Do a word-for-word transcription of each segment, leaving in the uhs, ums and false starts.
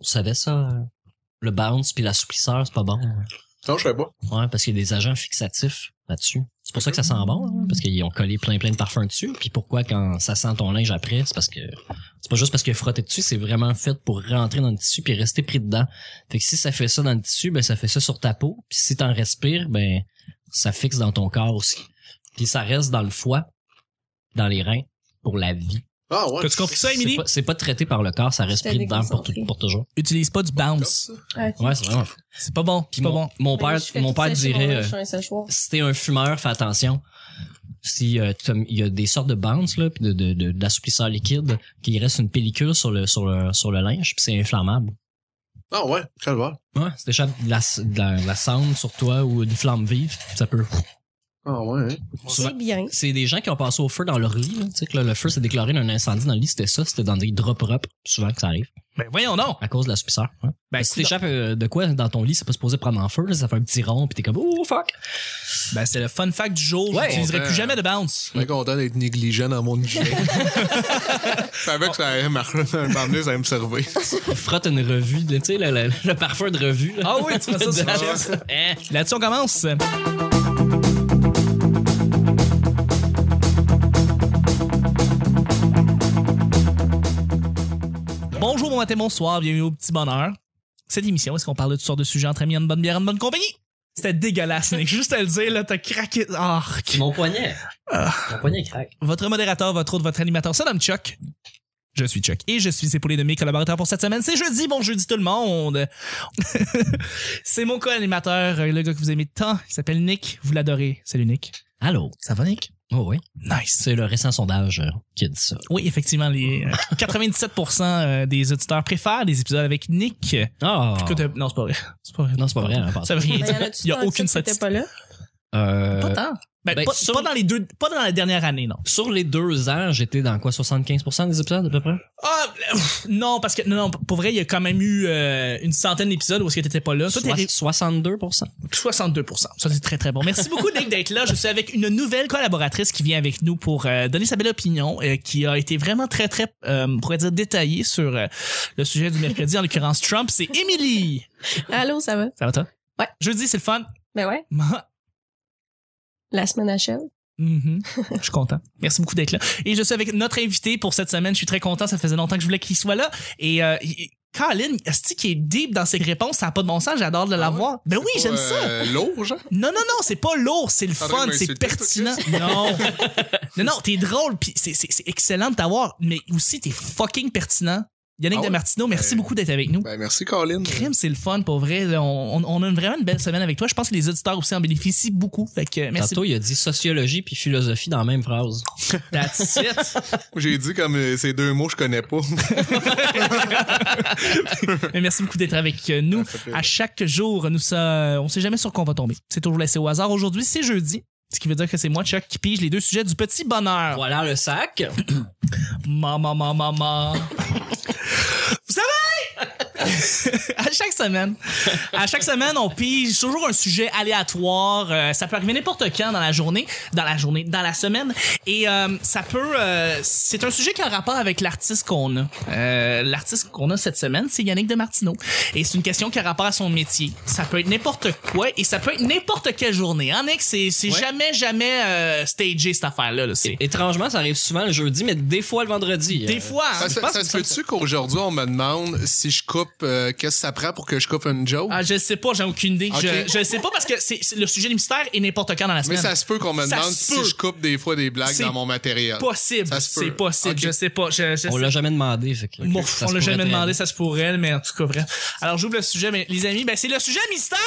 Tu savais ça? Le bounce puis l'assouplisseur, c'est pas bon. Non, je savais pas. Ouais, parce qu'il y a des agents fixatifs là-dessus. C'est pour ça que ça sent bon, hein, parce qu'ils ont collé plein plein de parfums dessus. Puis pourquoi quand ça sent ton linge après, c'est parce que c'est pas juste parce qu'il a frotté dessus, c'est vraiment fait pour rentrer dans le tissu puis rester pris dedans. Fait que si ça fait ça dans le tissu, ben ça fait ça sur ta peau. Puis si t'en respires, ben ça fixe dans ton corps aussi. Puis ça reste dans le foie, dans les reins pour la vie. Ah ouais. T'as-tu compris ça, Émilie? C'est pas, c'est pas traité par le corps, ça reste pris dedans pour, tout, pour toujours. Utilise pas du bounce. Okay. Ouais, c'est vraiment. C'est pas bon. Puis C'est pas mon, bon. mon Ben, père, je fais mon tout père sécher dirait, mon euh, linge sur un séchoir. si t'es un fumeur, fais attention. Si euh, il y a des sortes de bounce là, puis de, de, de d'assouplisseurs liquides, qui reste une pellicule sur le sur le sur le linge, puis c'est inflammable. Ah ouais, calvaire. Ouais, c'est déjà de la, de la, de la cendre sur toi ou une flamme vive, ça peut. Ah ouais. Hein. Souvent, C'est bien. c'est des gens qui ont passé au feu dans leur lit, là, tu sais que là, le feu s'est déclaré d'un incendie dans le lit, c'était ça, c'était dans des draps propres, souvent que ça arrive, Ben voyons donc. à cause de l'assouplisseur. Ouais. Ben, Si t'échappes euh, de quoi dans ton lit, c'est pas supposé prendre en feu, là, ça fait un petit rond, puis t'es comme oh fuck. Ben c'est le fun fact du jour. Ouais. J'utiliserai Ouais. plus jamais de bounce. Je suis content d'être négligent dans mon hygiène. Je savais que ça allait marcher. Un moment donné, ça allait me servir. Frotte une revue, tu sais, le, le, le parfum de revue. Là. Ah oui, tu fais ça sur la chest. Eh. Là-dessus, on commence. Bonjour, bon matin, bonsoir, bienvenue au Petit Bonheur. Cette émission, est-ce qu'on parle de toutes sortes de sujets entre amis, en bonne bière, en bonne compagnie? C'était dégueulasse, Nick. Juste à le dire, là, t'as craqué. Oh, C'est mon poignet. Mon poignet craque. Votre modérateur, votre autre, votre animateur, ça nomme Chuck. Je suis Chuck et je suis épaulé de mes collaborateurs pour cette semaine. C'est jeudi, bon jeudi tout le monde. C'est mon co-animateur, le gars que vous aimez tant. Il s'appelle Nick, vous l'adorez. Salut Nick. Allô? Ça va Nick? Oh oui. Nice. C'est le récent sondage euh, qui a dit ça. Oui, effectivement, les euh, quatre-vingt-dix-sept pour cent des auditeurs préfèrent des épisodes avec Nick. Ah. Écoute, euh, non, c'est pas vrai. C'est pas vrai. Non, c'est pas vrai. Hein, pas Ça veut rien Ben, y en dire. a-tu Il y a tant que aucune ça qui satisfaction. t'étais pas là? Euh, Pas tant. Ben, ben, pas, sur- pas dans les deux, pas dans la dernière année, non. Sur les deux ans, j'étais dans quoi, soixante-quinze pour cent des épisodes à peu près? Ah, pff, non, parce que, non, non, pour vrai, il y a quand même eu euh, une centaine d'épisodes où est-ce que t'étais pas là. Toi, t'es Soi- soixante-deux pour cent. soixante-deux pour cent. Ça, c'est très, très bon. Merci beaucoup, Nick, d'être là. Je suis avec une nouvelle collaboratrice qui vient avec nous pour euh, donner sa belle opinion, euh, qui a été vraiment très, très, euh, on pourrait dire, détaillée sur euh, le sujet du mercredi, en l'occurrence Trump. C'est Émilie. Allô, ça va? Ça va, toi? Ouais. Jeudi, c'est le fun. Ben ouais. La semaine achève. Mhm. Je suis content. Merci beaucoup d'être là. Et je suis avec notre invité pour cette semaine. Je suis très content. Ça faisait longtemps que je voulais qu'il soit là. Et, euh, il- Colin, est-ce qu'il est deep dans ses réponses? Ça n'a pas de bon sens. J'adore de l'avoir. Ben oui, j'aime ça. Euh, lourd, genre. Non, non, non, c'est pas lourd, c'est le T'es en fun, train de c'est m'insulter, pertinent. toi, Non. non, non, t'es drôle, pis c'est, c'est, c'est excellent de t'avoir, mais aussi t'es fucking pertinent. Yannick Ah ouais? Demartino, merci Ben, beaucoup d'être avec nous. Ben, merci, Colin. Crime, c'est le fun, pour vrai. On, on, on a une, vraiment une belle semaine avec toi. Je pense que les auditeurs aussi en bénéficient beaucoup. Fait que merci. Tantôt, il a dit sociologie puis philosophie dans la même phrase. That's it. J'ai dit comme euh, ces deux mots, je connais pas. Mais merci beaucoup d'être avec nous. Ça fait plaisir. À chaque jour, nous ça, on sait jamais sur quoi on va tomber. C'est toujours laissé au hasard. Aujourd'hui, c'est jeudi. Ce qui veut dire que c'est moi, Chuck, qui pige les deux sujets du petit bonheur. Voilà le sac. Maman, maman, maman. Vous savez, à chaque semaine, à chaque semaine, on pige toujours un sujet aléatoire. Euh, ça peut arriver n'importe quand dans la journée, dans la journée, dans la semaine, et euh, ça peut. Euh, c'est un sujet qui a un rapport avec l'artiste qu'on a. Euh, l'artiste qu'on a cette semaine, c'est Yannick Demartino, et c'est une question qui a rapport à son métier. Ça peut être n'importe quoi, et ça peut être n'importe quelle journée. Hein, Nick, c'est c'est Ouais. jamais jamais euh, stagé cette affaire-là. Là. C'est Étrangement, ça arrive souvent le jeudi, mais des fois le vendredi. des Euh, fois. hein. Ça, je ça, pense ça que se ça- peut-tu qu'aujourd'hui, on me demande si je coupe, euh, qu'est-ce que ça prend pour que je coupe une joke? Ah, je sais pas, j'ai aucune idée. Ok. Je, je sais pas parce que c'est, c'est le sujet du mystère est n'importe quand dans la Mais semaine. ça se peut qu'on me Ça demande se si peut. je coupe des fois des blagues C'est dans mon matériel. possible, Ça se peut. c'est possible, Ok. je sais pas. Je, je On sais- l'a jamais demandé. Fait que, Bon, ça on se l'a pourrait jamais très demandé, bien. ça se pourrait, mais en tout cas, bref. Alors, j'ouvre le sujet, mais les amis, ben c'est le sujet mystère!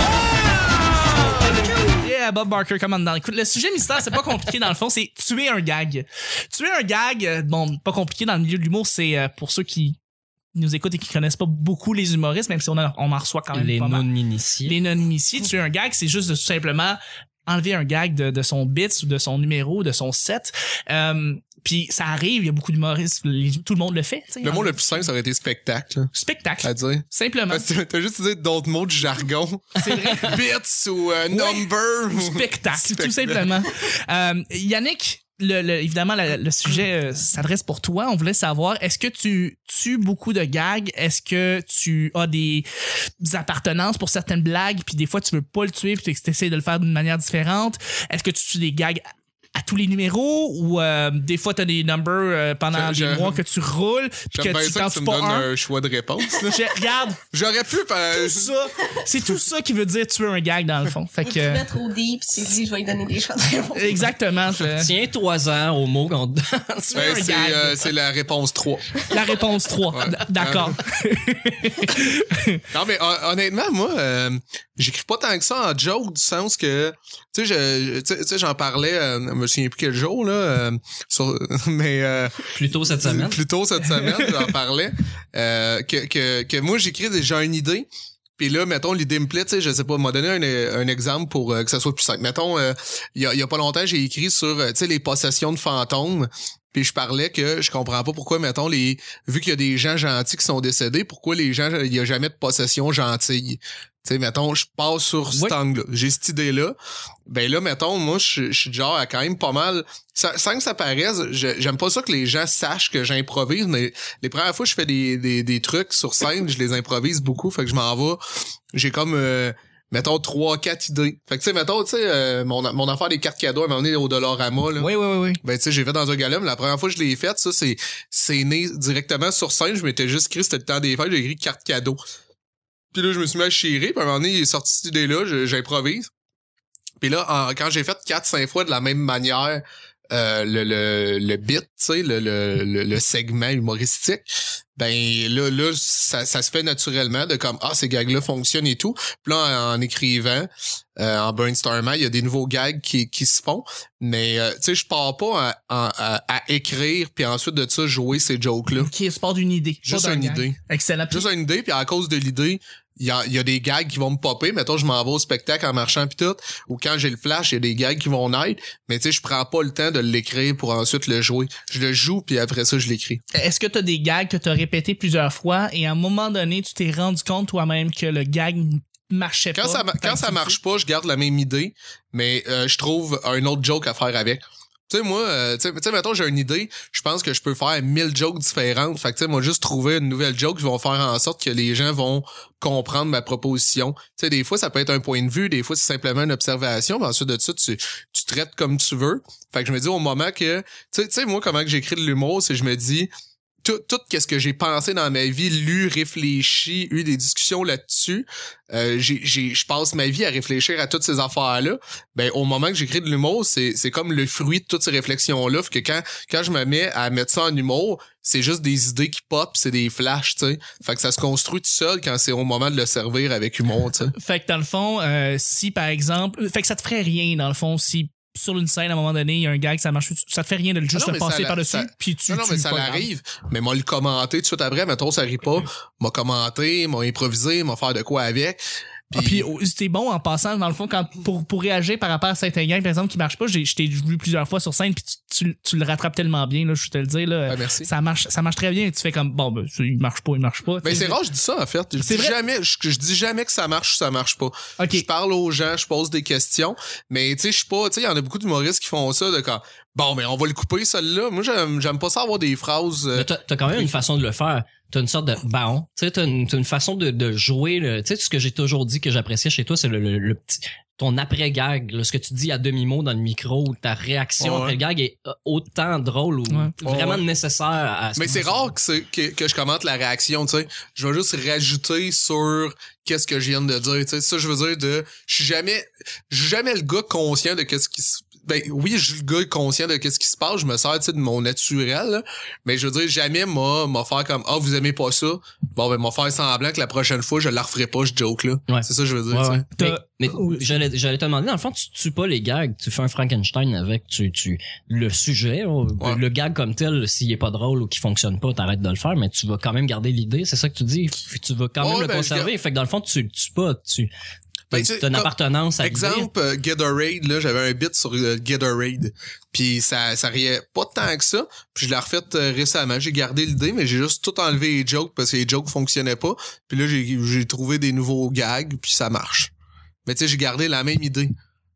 Oh! Yeah, Bob Barker, comme en dedans. Écoute, le sujet mystère, c'est pas compliqué dans le fond, c'est tuer un gag. Tuer un gag, euh, bon, pas compliqué dans le milieu de l'humour, c'est euh, pour ceux qui nous écoutent et qui connaissent pas beaucoup les humoristes, même si on, a- on en reçoit quand même Les pas mal. non-initiés. Les non-initiés, tuer un gag, c'est juste de tout simplement enlever un gag de, de son bits ou de son numéro, de son set. Euh, Puis ça arrive, il y a beaucoup d'humoristes, les- tout le monde le fait. t'sais. Le mot le plus simple, ça aurait été spectacle, Spectacle, à dire. simplement. Parce que t'as juste dit d'autres mots du jargon. C'est vrai. Bits ou euh, number. ou- Spectacle, tout Spectacle. simplement. Euh, Yannick, le, le, évidemment, le, le sujet euh, s'adresse pour toi. On voulait savoir, est-ce que tu tues beaucoup de gags? Est-ce que tu as des, des appartenances pour certaines blagues, puis des fois, tu veux pas le tuer, puis tu essaies de le faire d'une manière différente? Est-ce que tu tues des gags à tous les numéros ou euh, des fois, tu as des numbers euh, pendant Je- des je- mois que tu roules, puis J'aime que bien tu ça t'en que tu tues me pas donnes un? un choix de réponse. là. Je- regarde, J'aurais pu... euh, tout ça, c'est tout ça qui veut dire tuer un gag, dans le fond. Fait Il que... trouvait trop deep, puis il s'est dit, je vais lui donner des choses. Exactement. je- Tiens-toi-en au mot qu'on te donne. Ben, un c'est, gag. euh, c'est la réponse trois. La réponse trois. Ouais. D- D'accord. Non, mais hon- honnêtement, moi, euh, j'écris pas tant que ça en joke, du sens que, tu sais, je- tu sais, tu sais, j'en parlais, euh, je me souviens plus quel jour, là, euh, sur, mais euh, Plus tôt cette semaine. plus tôt cette semaine, j'en parlais, euh, que, que, que moi, j'écris déjà une idée. Puis là, mettons, l'idée me plaît, tu sais, je sais pas, m'a donné un, un exemple pour euh, que ça soit plus simple. Mettons, euh, il y, a, il y a pas longtemps, j'ai écrit sur, euh, tu sais, les possessions de fantômes. Puis je parlais que je comprends pas pourquoi, mettons, les vu qu'il y a des gens gentils qui sont décédés, pourquoi les gens, il y a jamais de possession gentille. Tu sais, mettons, je passe sur cet Oui. angle-là. J'ai cette idée-là. Ben là, mettons, moi, je je suis du genre à quand même pas mal... Ça, sans que ça paraisse, je- j'aime pas ça que les gens sachent que j'improvise, mais les premières fois que je fais des, des, des trucs sur scène, je les improvise beaucoup, fait que je m'en vais. J'ai comme... euh, mettons, trois, quatre idées. Fait que, tu sais, mettons, tu sais, euh, mon, mon affaire des cartes cadeaux, à un moment donné, au Dollarama, là. Oui, oui, oui, oui. Ben, tu sais, j'ai fait dans un gala, mais la première fois que je l'ai faite, ça, c'est, c'est né directement sur scène. Je m'étais juste écrit, c'était le temps des fêtes, j'ai écrit carte cadeau. Puis là, je me suis mis à chirer, puis à un moment donné, il est sorti cette idée-là, je- j'improvise. Puis là, en- quand j'ai fait quatre, cinq fois de la même manière, euh, le, le, le bit, tu sais, le, le, le, le segment humoristique, ben là, là ça, ça se fait naturellement de comme, ah, ces gags-là fonctionnent et tout. Puis là, en, en écrivant, euh, en brainstormant, il y a des nouveaux gags qui, qui se font. Mais, euh, tu sais, je pars pas à, à, à écrire, puis ensuite de ça, jouer ces jokes-là. OK, c'est part d'une idée. Juste pas d'un une gag. idée. Excellent. Puis- Juste une idée, puis à cause de l'idée, il y a, il y a des gags qui vont me popper. Mettons, je m'en vais au spectacle en marchant pis tout. Ou quand j'ai le flash, il y a des gags qui vont naître. Mais tu sais, je prends pas le temps de l'écrire pour ensuite le jouer. Je le joue, puis après ça, je l'écris. Est-ce que tu as des gags que tu as répétés plusieurs fois et à un moment donné, tu t'es rendu compte toi-même que le gag n- marchait Quand pas? ça, ma- Fait quand que ça tu- marche pas, je garde la même idée, mais euh, je trouve un autre joke à faire avec. Tu sais, moi, euh, tu sais, tu sais, mettons, j'ai une idée, je pense que je peux faire mille jokes différentes. Fait que, tu sais, moi, juste trouver une nouvelle joke qui vont faire en sorte que les gens vont comprendre ma proposition. Tu sais, des fois, ça peut être un point de vue, des fois, c'est simplement une observation, mais ensuite de ça, tu, tu traites comme tu veux. Fait que je me dis, au moment que, tu sais, tu sais, moi, comment que j'écris de l'humour, c'est je me dis, tout, tout qu'est-ce que j'ai pensé dans ma vie, lu, réfléchi, eu des discussions là-dessus, euh, j'ai, j'ai, je passe ma vie à réfléchir à toutes ces affaires-là. Ben, au moment que j'écris de l'humour, c'est, c'est comme le fruit de toutes ces réflexions-là. Fait que quand, quand je me mets à mettre ça en humour, c'est juste des idées qui pop, c'est des flashs, tu sais. Fait que ça se construit tout seul quand c'est au moment de le servir avec humour, tu sais. Fait que dans le fond, euh, si par exemple... Fait que ça te ferait rien, dans le fond, si sur une scène, à un moment donné, il y a un gag, ça marche, ça te fait rien de le juste Ah non, le mais ça passer la- par-dessus, ça- puis tu... Non, non, tu- mais ça pas grave. l'arrive. Mais moi, le commenter tout de suite après, mettons, ça rit pas. M'a commenté, m'a improvisé, m'a faire de quoi avec. Ah, puis oh, c'était bon en passant, dans le fond, quand pour, pour réagir par rapport à certains gags, par exemple, qui marchent pas, j'ai, je t'ai vu plusieurs fois sur scène, puis tu, tu, tu le rattrapes tellement bien, là, je te le dire, là. Ah, merci. Ça marche, ça marche très bien, et tu fais comme, bon, ben, il marche pas, il marche pas. Ben, Tu sais, c'est rare, je dis ça, en fait. Je C'est dis vrai? jamais, je, je dis jamais que ça marche ou ça marche pas. Ok. Je parle aux gens, je pose des questions. Mais, tu sais, je suis pas, tu sais, il y en a beaucoup d'humoristes qui font ça de quand, bon, mais on va le couper, celle-là. Moi, j'aime, j'aime pas ça avoir des phrases, euh, Mais t'as, t'as quand même une façon de le faire. T'as une sorte de baon. Tu sais, t'as une, t'as une façon de, de jouer. le- Tu sais, ce que j'ai toujours dit que j'appréciais chez toi, c'est le, le, le petit, ton après-gag, là, ce que tu dis à demi-mot dans le micro, ta réaction Ouais. après le gag est euh, autant drôle ou Ouais. vraiment Ouais. nécessaire à ce mais que- c'est rare que, c'est- que, que je commente la réaction, tu sais. Je vais juste rajouter sur qu'est-ce que je viens de dire, tu sais. Ça, je veux dire de, je suis jamais, je suis jamais le gars conscient de qu'est-ce qui se, ben, oui, je suis le gars conscient de qu'est-ce qui se passe. Je me sers, tu sais, de mon naturel, là. Mais je veux dire, jamais m'a, m'a faire comme, ah, vous aimez pas ça. Bon, ben, m'a faire semblant que la prochaine fois, je la referai pas, ce joke-là. Ouais. C'est ça que je veux dire, Ouais, tu sais. ouais. Mais, T'as- mais Oui. j'allais, j'allais te demander, dans le fond, tu tues pas les gags, tu fais un Frankenstein avec, tu, tu, le sujet, oh, Ouais. le gag comme tel, s'il est pas drôle ou qu'il fonctionne pas, t'arrêtes de le faire, mais tu vas quand même garder l'idée, c'est ça que tu dis, F- tu vas quand Ouais, même le ben, conserver, fait que dans le fond, tu le tues pas, tu, Ben, t'as tu sais, t'as une comme- appartenance à l'idée. Exemple, euh, Gatorade, là, j'avais un bit sur euh, Gatorade. Puis ça, ça riait pas tant que ça. Puis je l'ai refait euh, récemment. J'ai gardé l'idée, mais j'ai juste tout enlevé les jokes parce que les jokes fonctionnaient pas. Puis là, j'ai, j'ai trouvé des nouveaux gags, puis ça marche. Mais tu sais, j'ai gardé la même idée. Tu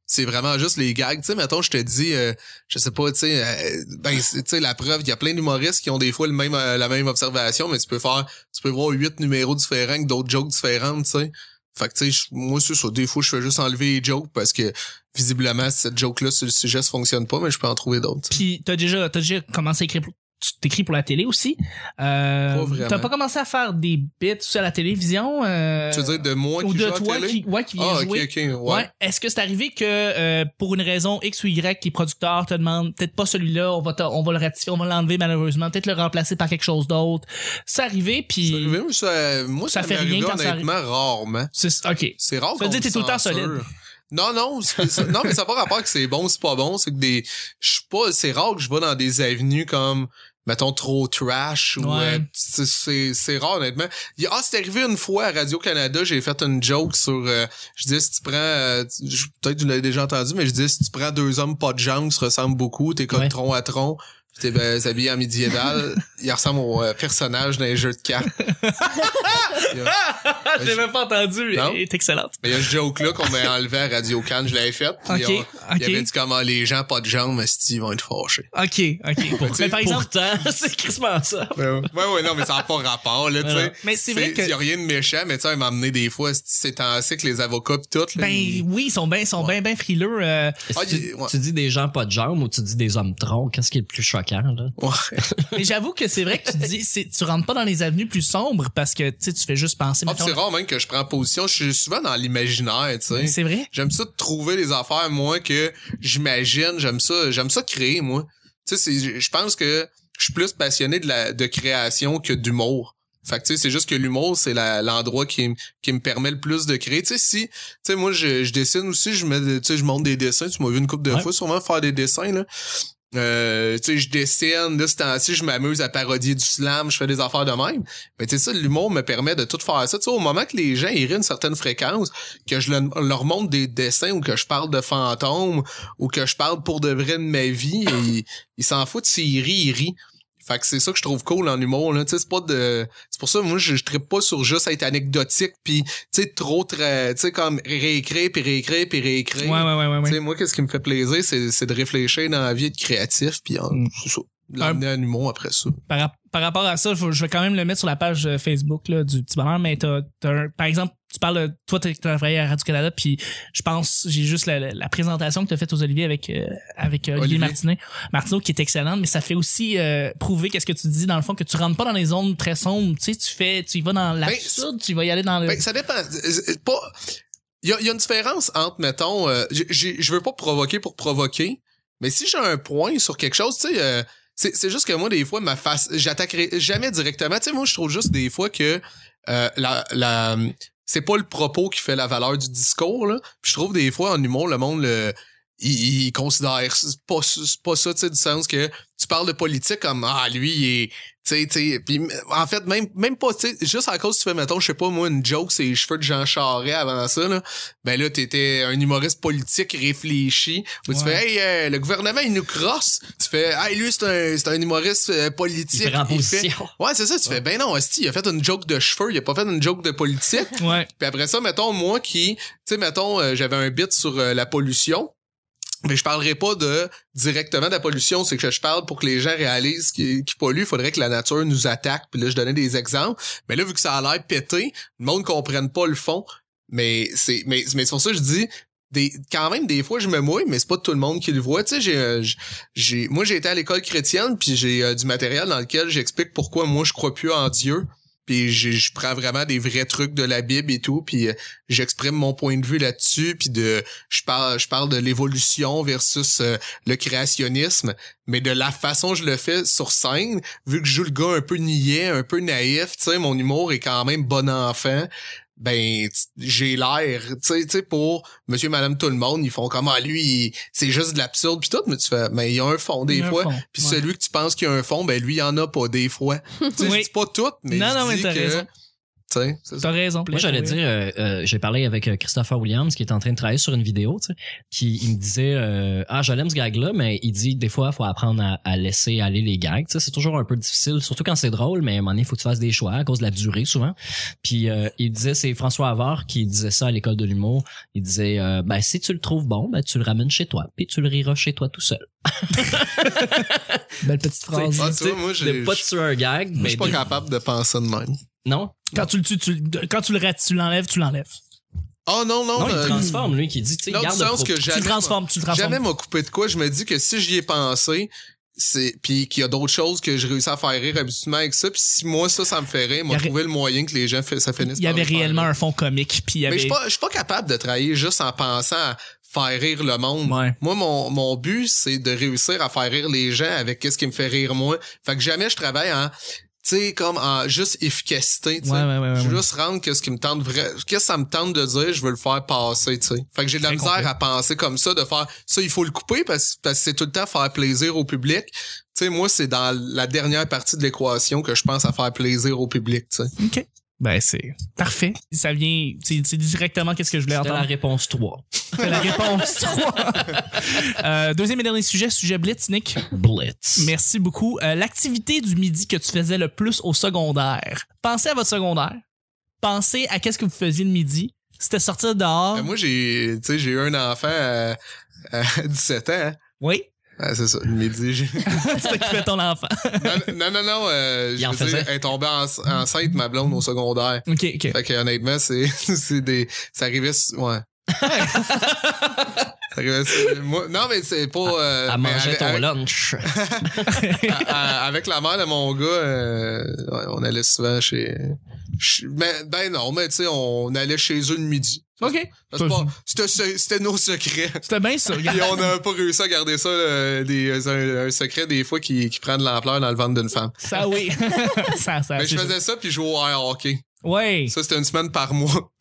c'est vraiment juste les gags. Tu sais, mettons, je te dis, euh, je sais pas, tu sais, euh, ben, tu sais, la preuve, il y a plein d'humoristes qui ont des fois le même, euh, la même observation, mais tu peux faire, tu peux voir huit numéros différents avec d'autres jokes différentes, tu sais. Fait que, tu sais, moi, c'est ça. Des fois, je fais juste enlever les jokes parce que, visiblement, cette joke-là sur le sujet, ça fonctionne pas, mais je peux en trouver d'autres. T'sais. Puis, t'as déjà, t'as déjà commencé à écrire, tu t'écris pour la télé aussi. Euh, Pas vraiment. T'as pas commencé à faire des bits à la télévision? Euh, Tu veux dire de moi ou qui de joue à toi télé? qui, ouais, qui vient Ah, ok, jouer. ok, ouais. Ouais. Est-ce que c'est arrivé que euh, pour une raison X ou Y, les producteurs te demandent peut-être pas celui-là, on va te, on va le ratifier, on va l'enlever malheureusement, peut-être le remplacer par quelque chose d'autre. C'est arrivé puis. C'est arrivé, mais ça, moi, Ça ça, fait m'est rien arrivé quand ça honnêtement rarement. C'est, ok. C'est rare Ça veut qu'on dire que t'es tout le temps censure. solide. Non, non, c'est, c'est- non, mais ça n'a pas rapport que c'est bon, c'est pas bon, c'est que des, je suis pas, c'est rare que je vais dans des avenues comme, mettons, trop trash ou, Ouais. euh, c'est, c'est, c'est rare, honnêtement. Il y a- Ah, c'est arrivé une fois à Radio-Canada, j'ai fait une joke sur, euh, je disais, si tu prends, euh, tu- je- peut-être que vous l'avez déjà entendu, mais je disais, si tu prends deux hommes pas de jambes qui se ressemblent beaucoup, t'es comme Ouais. tronc à tronc, pis t'es ben, habillé en médiéval, il ressemble au euh, personnage d'un jeu de cartes. Il y a- Je l'ai même pas entendu. Non? Elle est excellente. Mais il y a ce joke-là qu'on m'a enlevé à Radio Cannes, je l'avais fait. puis Ok, on- ok. Il y avait dit comment les gens pas de jambes, esti, ils vont être fâchés. Ok, ok. mais par exemple, Pourtant, c'est crissement ça. Ouais, ouais, non, mais ça n'a pas rapport, là, tu sais. mais c'est vrai que. Il y a rien de méchant, mais tu sais, il m'a amené des fois, esti, c'est ainsi que les avocats pis tout, là. Ben ils- oui, ils sont bien, sont Ouais. bien, bien frileux. Euh, Ah, tu, il- ouais. tu dis des gens pas de jambes ou tu dis des hommes troncs? Qu'est-ce qui est le plus choquant, là? Ouais. mais j'avoue que c'est vrai que tu dis, c'est, tu rentres pas dans les avenues plus sombres parce que tu sais, tu fais juste penser. Ah, mettons, pis c'est rare même que je prends position, je suis souvent dans l'imaginaire, tu sais. c'est vrai. J'aime ça de trouver des affaires, moi, que j'imagine. J'aime ça, j'aime ça créer, moi. Tu sais, c'est, je pense que je suis plus passionné de la, de création que d'humour. Fait que, tu sais, c'est juste que l'humour, c'est la, l'endroit qui, m- qui me permet le plus de créer. Tu sais, si, tu sais, moi, je, je dessine aussi, je mets, des- tu sais, je monte des dessins. Tu m'as vu une couple de Ouais. fois sûrement faire des dessins, là. Euh, tu sais, je dessine, là, ce temps-ci, je m'amuse à parodier du slam, je fais des affaires de même. Mais tu sais, ça, l'humour me permet de tout faire ça. Tu sais, au moment que les gens, ils rient une certaine fréquence, que je le- leur montre des dessins ou que je parle de fantômes ou que je parle pour de vrai de ma vie, et ils, ils s'en foutent s'ils rient, ils rient. Fait que c'est ça que je trouve cool en humour, là. Tu sais, c'est pas de, c'est pour ça, moi, je, je trippe pas sur juste être anecdotique pis, tu sais, trop très, tu sais, comme réécrire pis réécrire pis réécrire. Ouais, ouais, ouais, ouais. Tu ouais. sais, moi, qu'est-ce qui me fait plaisir, c'est, c'est de réfléchir dans la vie, être créatif, puis Mm. c'est ça, de l'amener en humour après ça. Par, rap- par rapport à ça, faut- je vais quand même le mettre sur la page euh, Facebook là, du petit bonheur, mais t'as, t'as un- par exemple, tu parles de toi, t'as travaillé à Radio-Canada, puis je pense, j'ai juste la, la, la présentation que t'as faite aux Olivier avec euh, avec euh, Olivier, Olivier. Martinet, Martineau, qui est excellente, mais ça fait aussi euh, prouver qu'est-ce que tu dis dans le fond, que tu rentres pas dans les zones très sombres, tu sais, tu fais, tu y vas dans l'absurde, tu vas y aller dans le. Ben, ça dépend. Euh, Pas, il y a, il y a une différence entre, mettons, euh, j'ai- j'ai- je veux pas provoquer pour provoquer, mais si j'ai un point sur quelque chose, tu sais, euh, c'est, c'est juste que moi, des fois, ma face, j'attaquerai jamais directement. Tu sais, moi, je trouve juste des fois que euh, la, la, c'est pas le propos qui fait la valeur du discours, là. Puis je trouve des fois, en humour, le monde, le, il, il considère, c'est pas, c'est pas ça, tu sais, du sens que tu parles de politique comme, ah, lui, il est, tu sais, tu sais, puis en fait, même, même pas, tu sais, juste à cause que tu fais, mettons, je sais pas, moi, une joke, c'est les cheveux de Jean Charest avant ça, là. Ben là, t'étais un humoriste politique réfléchi, où tu Ouais. fais, hey, euh, le gouvernement, il nous crosse. Tu fais, hey, lui, c'est un, c'est un humoriste euh, politique. Il prend Il fait- position. Ouais, c'est ça, tu fais, ben non, hostie, il a fait une joke de cheveux, il a pas fait une joke de politique. Ouais. Puis après ça, mettons, moi qui, tu sais, mettons, euh, j'avais un bit sur euh, la pollution, mais je parlerai pas de directement de la pollution, c'est que je parle pour que les gens réalisent qu'ils qu'ils polluent, il faudrait que la nature nous attaque. Puis là, je donnais des exemples. Mais là, vu que ça a l'air pété, le monde comprenne pas le fond. Mais c'est mais, mais c'est pour ça que je dis, des, quand même, des fois, je me mouille, mais c'est pas tout le monde qui le voit. Tu sais, j'ai, euh, j'ai, moi, j'ai été à l'école chrétienne, puis j'ai euh, du matériel dans lequel j'explique pourquoi moi, je crois plus en Dieu. Puis je, je prends vraiment des vrais trucs de la Bible et tout, puis euh, j'exprime mon point de vue là-dessus, puis de je parle je parle de l'évolution versus euh, le créationnisme, mais de la façon dont je le fais sur scène, vu que je joue le gars un peu niais, un peu naïf, tu sais, mon humour est quand même bon enfant. Ben t- j'ai l'air, tu sais, tu sais, pour monsieur madame tout le monde, ils font comme ah lui il- c'est juste de l'absurde puis tout, mais tu fais mais il y a un fond des Il y a un fois, fond, puis ouais. celui que tu penses qu'il y a un fond, ben lui il y en a pas des fois. Tu sais, Oui. je dis pas tout, mais Non, je non, mais dis t'as que raison. Tu sais, c'est ça. T'as raison. Moi, j'allais dire, euh, euh, j'ai parlé avec euh, Christopher Williams qui est en train de travailler sur une vidéo, tu sais, qui il me disait, euh, ah, je l'aime ce gag-là, mais il dit, des fois, il faut apprendre à, à laisser aller les gags, tu sais, c'est toujours un peu difficile, surtout quand c'est drôle, mais à un moment donné, il faut que tu fasses des choix à cause de la durée, souvent. Puis, euh, il disait, c'est François Havard qui disait ça à l'école de l'humour. Il disait, euh, ben, si tu le trouves bon, ben, tu le ramènes chez toi, puis tu le riras chez toi tout seul. Belle petite phrase. Ah, tu vois, moi, j'ai- de pas tuer un gag, Moi, je mais suis pas de- capable de penser de même. non. Quand tu le tues, tu, quand tu le rates, tu l'enlèves, tu l'enlèves. Oh non, non. Non, il euh, transforme, lui, qui dit, tu sais, Dans le garde sens le que propos. Tu jamais le transformes, tu le transformes. Jamais m'a coupé de quoi. Je me dis que si j'y ai pensé, c'est puis qu'il y a d'autres choses que je réussis à faire rire habituellement avec ça. Puis si moi ça, ça me fait rire, Il y m'a avait- trouvé le moyen que les gens fait, ça finisse. Il y par avait me faire réellement rire. un fond comique, puis il y avait... Mais je suis pas, je suis pas capable de travailler juste en pensant à faire rire le monde. Ouais. Moi, mon, mon but, c'est de réussir à faire rire les gens avec qu'est-ce qui me fait rire moi. Fait que jamais je travaille en, tu sais, comme en juste efficacité, tu sais. Ouais, ouais, ouais, je veux ouais. juste rendre qu'est-ce qui me tente vrai, qu'est-ce que ça me tente de dire, je veux le faire passer, tu sais. Fait que j'ai de la Très misère complet. à penser comme ça, de faire ça, il faut le couper parce, parce que c'est tout le temps faire plaisir au public. Tu sais, moi, c'est dans la dernière partie de l'équation que je pense à faire plaisir au public, tu sais. OK. Ben, c'est parfait. Ça vient, c'est c'est directement qu'est-ce que je voulais C'était la entendre. réponse trois. C'est la réponse trois. euh, deuxième et dernier sujet, sujet Blitz, Nick. Blitz. Merci beaucoup. Euh, l'activité du midi que tu faisais le plus au secondaire. Pensez à votre secondaire. Pensez à qu'est-ce que vous faisiez le midi. C'était sortir dehors. Ben, moi, j'ai, tu sais, j'ai eu un enfant à, à dix-sept ans, hein. Oui. Ah, c'est ça, le midi. j'ai- C'est ça qui fait ton enfant. non, non, non, non, euh, Il je en veux dire, faisait? elle est tombée en- enceinte, ma blonde, au secondaire. OK, OK. Fait que, honnêtement, c'est, c'est des, ça arrivait, s- ouais. Ça arrivait, s- moi, non, mais c'est pas, euh, à mais manger avec, ton avec, lunch. à- avec la mère de mon gars, euh, ouais, on allait souvent chez, chez- ben, ben non, mais tu sais, on allait chez eux le midi. OK. C'est pas, c'était, c'était nos secrets. C'était bien ça. Puis on n'a pas réussi à garder ça, euh, des, un, un secret des fois qui, qui prend de l'ampleur dans le ventre d'une femme. Ça, oui. ça, ça. Mais c'est je faisais ça puis je jouais au air hockey. Ouais. Ça, c'était une semaine par mois.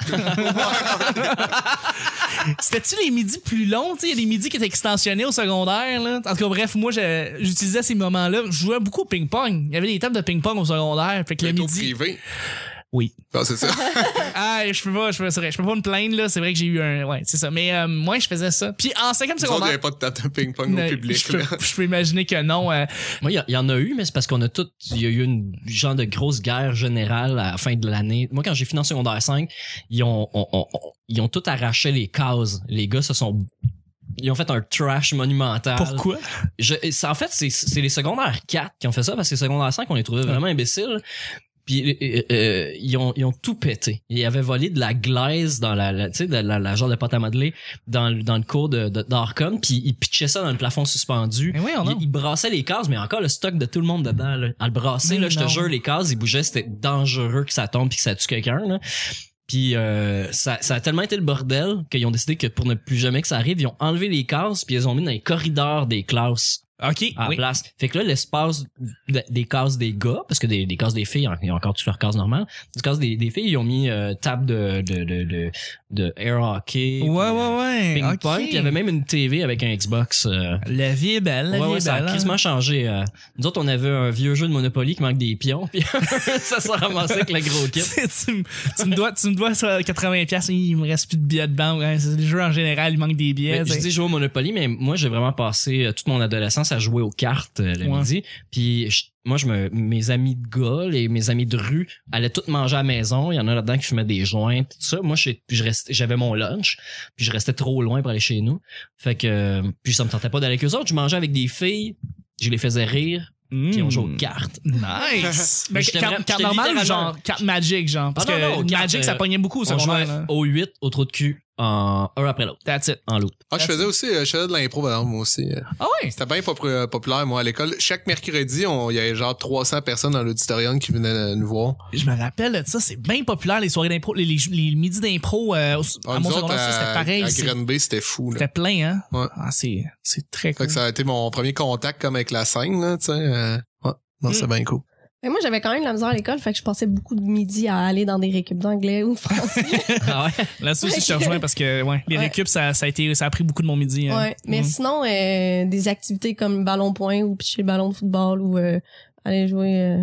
C'était-tu les midis plus longs? Tu sais, il y a des midis qui étaient extensionnés au secondaire, là. En tout cas, bref, moi, je- j'utilisais ces moments-là. Je jouais beaucoup au ping-pong. Il y avait des tables de ping-pong au secondaire. Fait que le C'était au midi. privé. Oui. Non, c'est ça. Ah, je peux pas, je peux, c'est vrai, je peux pas me plaindre, là. C'est vrai que j'ai eu un. Ouais, c'est ça. Mais euh, moi, je faisais ça. Puis en cinquième Nous autres, il n'y avait secondaire. pas de table de ping-pong ne- au public. je, peux, là. je peux imaginer que non. euh, Moi, il y, a- il y en a eu, mais c'est parce qu'on a tout, il y a eu une genre de grosse guerre générale à la fin de l'année. Moi, quand j'ai fini en secondaire cinq, ils ont, on- on- on- ils ont tout arraché les cases. Les gars se sont, ils ont fait un trash monumental. Pourquoi? Je, c'est- en fait, c'est, c'est les secondaires quatre qui ont fait ça parce que les secondaires cinq, on les trouvait vraiment imbéciles. Puis euh, euh, ils ont ils ont tout pété. Ils avaient volé de la glaise dans la, la tu sais de la, la genre de pâte à modeler dans le- dans le cours de, de d'Arcon, puis ils pitchaient ça dans le plafond suspendu. Mais oui, on a. Ils, ils brassaient les cases, mais encore le stock de tout le monde dedans là. À le brasser Mais là, je te non. jure, les cases, ils bougeaient, c'était dangereux que ça tombe puis que ça tue quelqu'un là. Puis euh, ça, ça a tellement été le bordel qu'ils ont décidé que pour ne plus jamais que ça arrive, ils ont enlevé les cases puis ils les ont mis dans les corridors des classes OK. à la Oui. place. Fait que là, l'espace de- des cases des gars, parce que des, des cases des filles, ils ont encore toutes leurs cases normales. Des cases des, des filles, ils ont mis euh, table de, de, de, de, de air hockey. Ouais, puis, ouais, euh, ouais. Ping-pong. OK. Puis il y avait même une T V avec un Xbox. Euh, La vie est belle, la ouais, vie ouais, est ça belle. a hein. quasiment changé. Euh. Nous autres, on avait un vieux jeu de Monopoly qui manque des pions, puis ça s'est ramassé avec le gros kit. tu, me- tu me dois, tu me dois ça quatre-vingts piastres. Il me reste plus de billets de banque. Hein. C'est- Le jeu en général, il manque des billets. Mais je t'sais. dis jouer au Monopoly, mais moi, j'ai vraiment passé euh, toute mon adolescence à jouer aux cartes euh, le Ouais. midi. Puis je- moi, je me, mes amis de gars, les, mes amis de rue, allaient tous manger à la maison. Il y en a là-dedans qui fumaient des joints, tout ça. Moi, je, je restais, j'avais mon lunch, puis je restais trop loin pour aller chez nous. Fait que, euh, puis ça me tentait pas d'aller avec eux autres. Je mangeais avec des filles, je les faisais rire, puis on jouait aux cartes. Nice. Mais J'étais carte, vraiment- carte j'étais normale ou littéralement- genre carte Magic, genre? Parce Ah non, non, que carte, Magic, euh, ça pognait beaucoup au On secondaire. jouait là. au huit, au trou de cul, en un après l'autre, That's it. en loop. Ah, je faisais aussi, euh, je faisais de l'impro, par exemple, moi aussi. euh. Ah ouais? C'était bien popr- populaire, moi, à l'école. Chaque mercredi, on- il y avait genre trois cents personnes dans l'auditorium qui venaient euh, nous voir. Je me rappelle de ça, c'est bien populaire, les soirées d'impro, les, les, les midis d'impro euh, au- Ah, à nous mon autres, secondaire, ça, c'était à, pareil. à c'est- Granby, c'était fou, là. C'était plein, hein? Ouais. Ah, c'est, c'est très Fait cool. que ça a été mon premier contact comme avec la scène, là, tu sais. euh, ouais. Non, c'est Mm. bien cool. Mais moi, j'avais quand même de la misère à l'école, fait que je passais beaucoup de midi à aller dans des récup d'anglais ou de français. Ah ouais? Là-dessus aussi, Ouais. je te rejoins parce que, ouais, les Ouais. récup, ça, ça a été, ça a pris beaucoup de mon midi. hein. Ouais. Mais Mm. sinon, euh, des activités comme ballon point ou pitcher le ballon de football ou euh, aller jouer euh,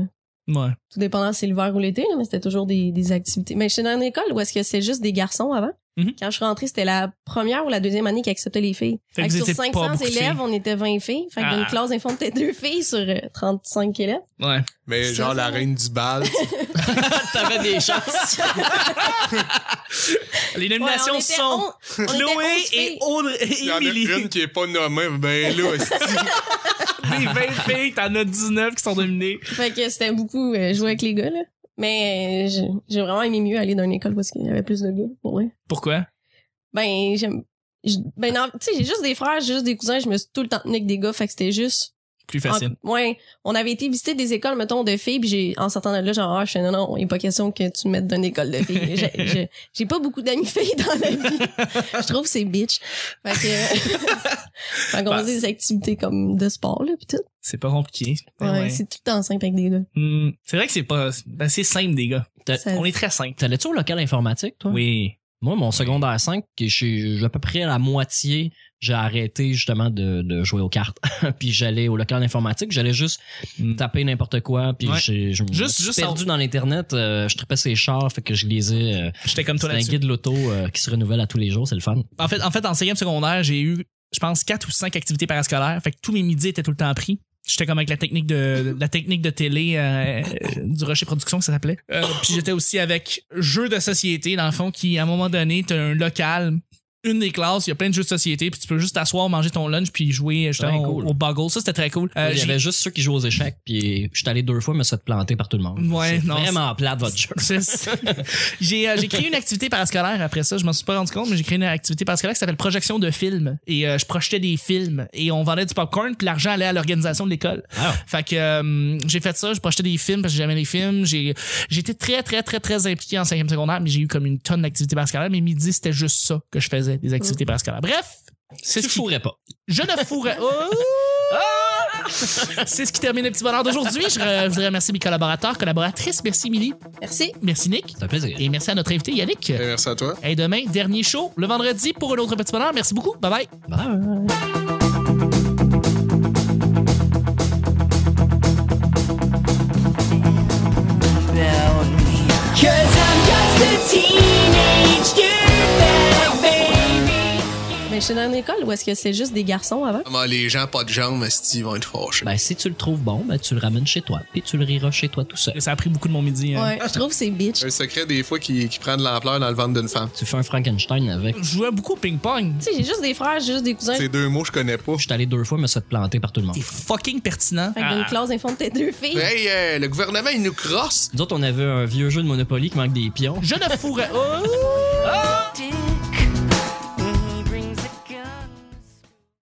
Ouais. Tout dépendant si c'est l'hiver ou l'été, là, mais c'était toujours des, des activités. Mais j'étais dans une école où est-ce que c'est juste des garçons avant. Mm-hmm. Quand je suis rentrée, c'était la première ou la deuxième année qui acceptait les filles. Fait Fait que que vous sur étiez cinq pas cents beaucoup de élèves, filles. on était vingt filles. Fait que Ah. d'une classe d'info, c'était deux filles sur euh, trente-cinq élèves. Ouais. Mais C'est genre ça, la ça. reine du bal. T'avais des chances. Les nominations Ouais, on était sont on- on était Chloé onze et filles. Audrey et Il y en a Émilie. une qui est pas nommée. Ben là, c'est- Des vingt filles, t'en as dix-neuf qui sont dominées. Fait que c'était beaucoup euh, jouer avec les gars, là. Mais euh, j'ai j'ai vraiment aimé mieux aller dans une école parce qu'il y avait plus de gars, pour vrai. Pourquoi? Ben, j'aime... je- Ben, non, tu sais, j'ai juste des frères, j'ai juste des cousins, je me suis tout le temps tenu avec des gars, fait que c'était juste... Plus facile. En- ouais, on avait été visiter des écoles, mettons, de filles, puis j'ai, en sortant de là, genre, ah, je fais, non, non, il n'est pas question que tu me mettes dans une école de filles. j'ai, j'ai, j'ai pas beaucoup d'amis filles dans la vie. Je trouve que c'est bitch. Fait que, fait qu'on Bah, faisait des activités comme de sport, là, pis tout. C'est pas compliqué. Ouais, Ouais. c'est tout le temps simple avec des gars. Hmm, c'est vrai que c'est pas... Ben, c'est simple, des gars. T'as- Ça- On est très simple. T'allais-tu au local informatique, toi? Oui. Moi, mon secondaire cinq, que j'ai à peu près à la moitié, j'ai arrêté justement de, de jouer aux cartes. Puis j'allais au local informatique, j'allais juste Mm. taper n'importe quoi. Puis Ouais. j'ai, je me Juste- suis juste perdu en- dans l'internet. euh, je tripais ses chars, fait que je lisais. Euh, J'étais comme toi c'est un là-dessus. guide loto euh, qui se renouvelle à tous les jours, c'est le fun. En fait, en fait, en cinquième secondaire, j'ai eu, je pense, quatre ou cinq activités parascolaires. Fait que tous mes midis étaient tout le temps pris. J'étais comme avec la technique de la technique de télé euh, du Rocher Production, que ça s'appelait. Euh, puis j'étais aussi avec jeux de société, dans le fond, qui, à un moment donné, t'as un local, une des classes, il y a plein de jeux de société, puis tu peux juste t'asseoir, manger ton lunch, puis jouer justement Très au, cool. au Boggle. Ça, c'était très cool. Euh, Il y j'ai- avait juste ceux qui jouent aux échecs, puis je suis allé deux fois, mais ça te planté par tout le monde. Ouais, c'est non, vraiment plate votre jeu. C'est ça. j'ai euh, j'ai créé une activité parascolaire après ça, je m'en suis pas rendu compte, mais j'ai créé une activité parascolaire qui s'appelle projection de films, et euh, je projetais des films et on vendait du popcorn, puis l'argent allait à l'organisation de l'école. Ah. Fait que euh, j'ai fait ça, je projetais des films parce que j'aimais les films, j'ai j'ai été très très très très impliqué en cinquième secondaire, mais j'ai eu comme une tonne d'activités parascolaires, mais midi c'était juste ça que je faisais, des activités parascolaires. Bref, c'est Tu ce qui fourrais pas. je ne fourrais. Oh! Ah! C'est ce qui termine le petit bonheur d'aujourd'hui. Je, re- je voudrais remercier mes collaborateurs, collaboratrices. Merci, Émilie. Merci. Merci, Nick. C'est un plaisir. Et merci à notre invité, Yannick. Ben, merci à toi. Et demain, dernier show, le vendredi, pour un autre petit bonheur. Merci beaucoup. Bye bye. Bye. Cause I'm just a teenage dirtbag baby. Mais j'étais dans une école où est-ce que c'est juste des garçons avant. Ah, les gens pas de jambes, esti, ils vont être fâchés. Ben, si tu le trouves bon, ben, tu le ramènes chez toi, puis tu le riras chez toi tout seul. Ça a pris beaucoup de mon midi. hein. Ouais, je trouve que c'est bitch. Un secret des fois qui, qui prend de l'ampleur dans le ventre d'une femme. Tu fais un Frankenstein avec. Je jouais beaucoup au ping-pong. Tu sais, j'ai juste des frères, j'ai juste des cousins. Ces deux mots, je connais pas. Je suis allé deux fois, mais ça te planté par tout le monde. T'es fucking pertinent. Fait que d'une Ah. classe d'info, t'es deux filles. Hey, euh, le gouvernement, il nous crosse. Nous autres, on avait un vieux jeu de Monopoly qui manque des pions. Je ne fourrais. Oh!